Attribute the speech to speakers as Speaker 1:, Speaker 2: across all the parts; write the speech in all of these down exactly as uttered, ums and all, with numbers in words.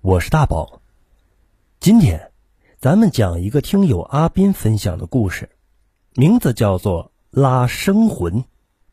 Speaker 1: 我是大宝。今天咱们讲一个听友阿斌分享的故事，名字叫做拉生魂。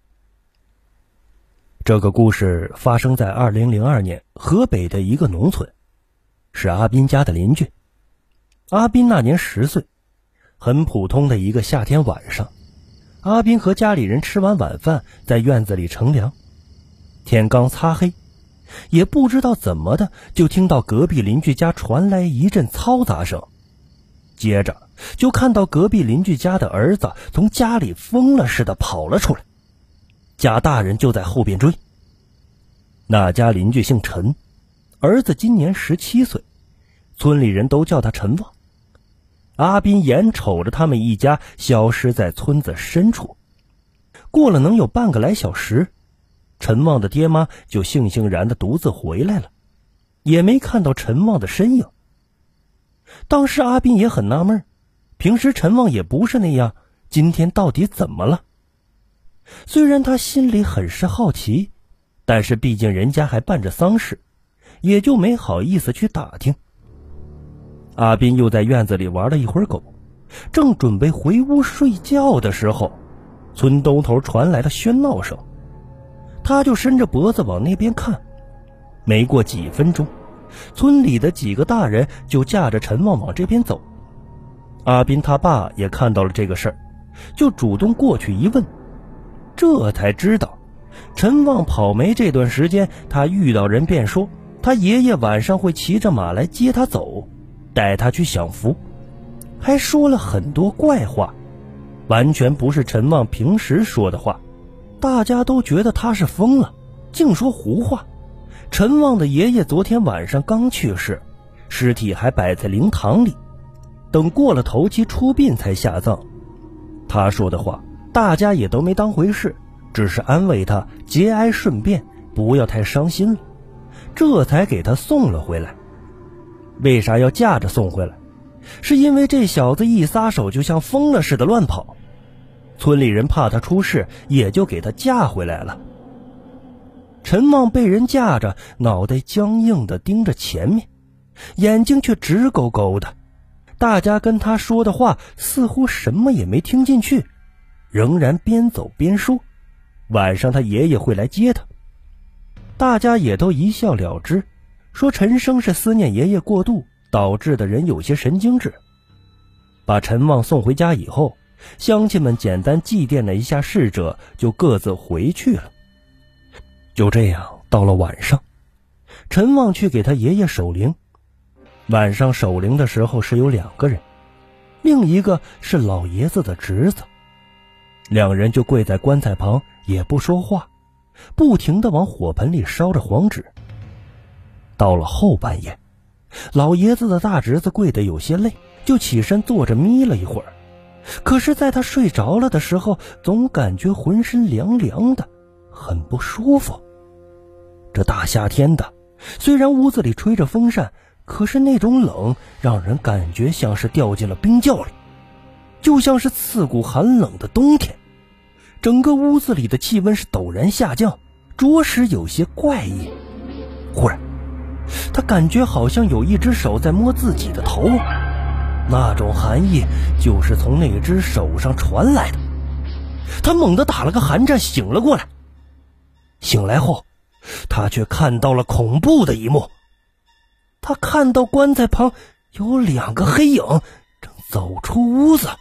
Speaker 1: 这个故事发生在二零零二年河北的一个农村，是阿斌家的邻居。阿斌那年十岁，很普通的一个夏天晚上，阿斌和家里人吃完晚饭，在院子里乘凉。天刚擦黑，也不知道怎么的，就听到隔壁邻居家传来一阵嘈杂声，接着就看到隔壁邻居家的儿子从家里疯了似的跑了出来，家大人就在后边追。那家邻居姓陈，儿子今年十七岁，村里人都叫他陈旺。阿斌眼瞅着他们一家消失在村子深处，过了能有半个来小时，陈旺的爹妈就悻悻然的独自回来了，也没看到陈旺的身影。当时阿斌也很纳闷，平时陈旺也不是那样，今天到底怎么了？虽然他心里很是好奇，但是毕竟人家还办着丧事，也就没好意思去打听。阿斌又在院子里玩了一会儿狗，正准备回屋睡觉的时候，村东头传来了喧闹声，他就伸着脖子往那边看。没过几分钟，村里的几个大人就架着陈旺往这边走。阿斌他爸也看到了这个事儿，就主动过去一问，这才知道陈旺跑没这段时间，他遇到人便说他爷爷晚上会骑着马来接他走，带他去享福，还说了很多怪话，完全不是陈旺平时说的话。大家都觉得他是疯了，净说胡话。陈旺的爷爷昨天晚上刚去世，尸体还摆在灵堂里，等过了头七出殡才下葬。他说的话大家也都没当回事，只是安慰他节哀顺变，不要太伤心了，这才给他送了回来。为啥要架着送回来？是因为这小子一撒手就像疯了似的乱跑，村里人怕他出事，也就给他架回来了。陈旺被人架着，脑袋僵硬地盯着前面，眼睛却直勾勾的。大家跟他说的话似乎什么也没听进去，仍然边走边说晚上他爷爷会来接他。大家也都一笑了之，说陈生是思念爷爷过度导致的人有些神经质。把陈旺送回家以后，乡亲们简单祭奠了一下逝者，就各自回去了。就这样到了晚上，陈旺去给他爷爷守灵。晚上守灵的时候是有两个人，另一个是老爷子的侄子。两人就跪在棺材旁也不说话，不停地往火盆里烧着黄纸。到了后半夜，老爷子的大侄子跪得有些累，就起身坐着眯了一会儿。可是在他睡着了的时候，总感觉浑身凉凉的，很不舒服。这大夏天的，虽然屋子里吹着风扇，可是那种冷让人感觉像是掉进了冰窖里，就像是刺骨寒冷的冬天。整个屋子里的气温是陡然下降，着实有些怪异。忽然他感觉好像有一只手在摸自己的头，那种寒意就是从那只手上传来的。他猛地打了个寒战，醒了过来。醒来后，他却看到了恐怖的一幕。他看到棺材旁有两个黑影正走出屋子。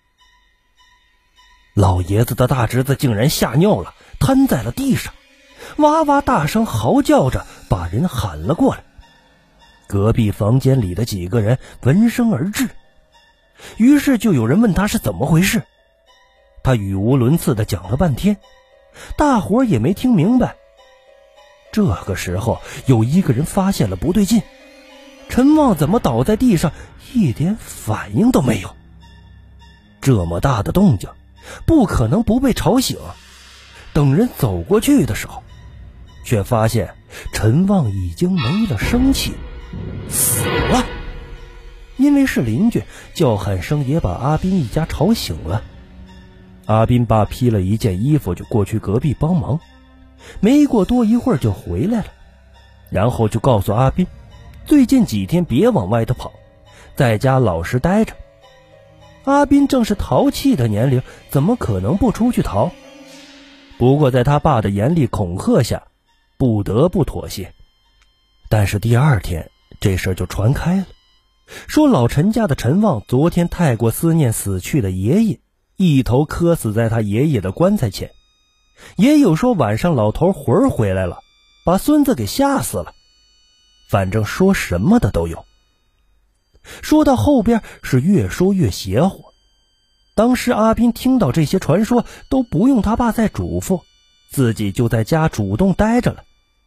Speaker 1: 老爷子的大侄子竟然吓尿了，瘫在了地上，哇哇大声嚎叫着把人喊了过来。隔壁房间里的几个人闻声而至，于是就有人问他是怎么回事。他语无伦次地讲了半天，大伙儿也没听明白。这个时候有一个人发现了不对劲，陈旺怎么倒在地上一点反应都没有？这么大的动静，不可能不被吵醒。等人走过去的时候，却发现陈旺已经没了生气，死了。因为是邻居，叫喊声也把阿斌一家吵醒了。阿斌爸披了一件衣服就过去隔壁帮忙，没过多一会儿就回来了，然后就告诉阿斌， 最近几天别往外头跑，在家老实待着。阿斌正是淘气的年龄，怎么可能不出去淘？不过在他爸的严厉恐吓下，不得不妥协。但是第二天这事儿就传开了，说老陈家的陈旺昨天太过思念死去的爷爷，一头磕死在他爷爷的棺材前。也有说晚上老头魂儿回来了，把孙子给吓死了。反正说什么的都有。说到后边是越说越邪乎。当时阿斌听到这些传说，都不用他爸再嘱咐，自己就在家主动待着了。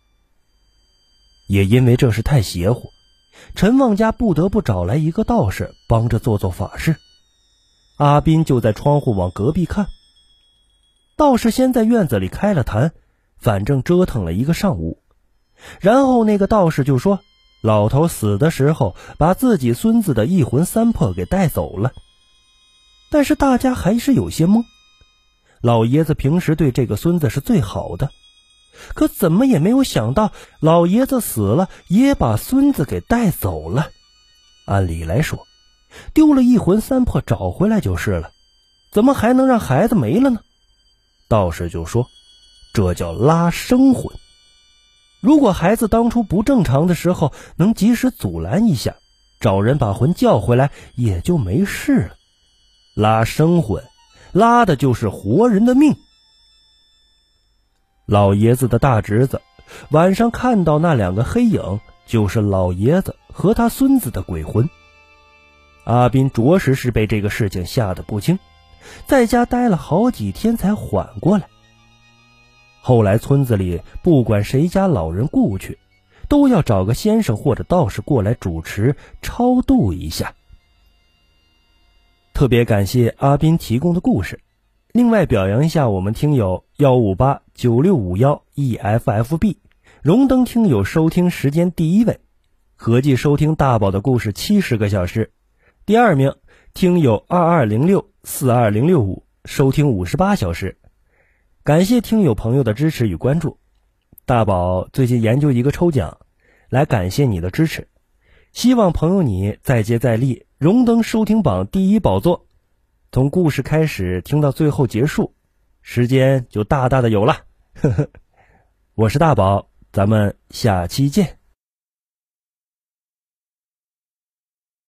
Speaker 1: 也因为这事太邪乎，陈旺家不得不找来一个道士帮着做做法事。阿斌就在窗户往隔壁看。道士先在院子里开了坛，反正折腾了一个上午。然后那个道士就说，老头死的时候把自己孙子的一魂三魄给带走了。但是大家还是有些懵，老爷子平时对这个孙子是最好的，可怎么也没有想到老爷子死了也把孙子给带走了。按理来说丢了一魂三魄找回来就是了，怎么还能让孩子没了呢？道士就说，这叫拉生魂。如果孩子当初不正常的时候能及时阻拦一下，找人把魂叫回来也就没事了。拉生魂，拉的就是活人的命。老爷子的大侄子晚上看到那两个黑影，就是老爷子和他孙子的鬼魂。阿斌着实是被这个事情吓得不轻，在家待了好几天才缓过来。后来村子里不管谁家老人故去，都要找个先生或者道士过来主持超度一下。特别感谢阿斌提供的故事，另外表扬一下我们听友一五八九六五一 E F F B 荣登听友收听时间第一位，合计收听大宝的故事七十个小时。第二名听友二二零六四二零六五收听五十八小时。感谢听友朋友的支持与关注。大宝最近研究一个抽奖，来感谢你的支持，希望朋友你再接再厉，荣登收听榜第一宝座，从故事开始听到最后结束，时间就大大的有了。呵呵，我是大宝，咱们下期见。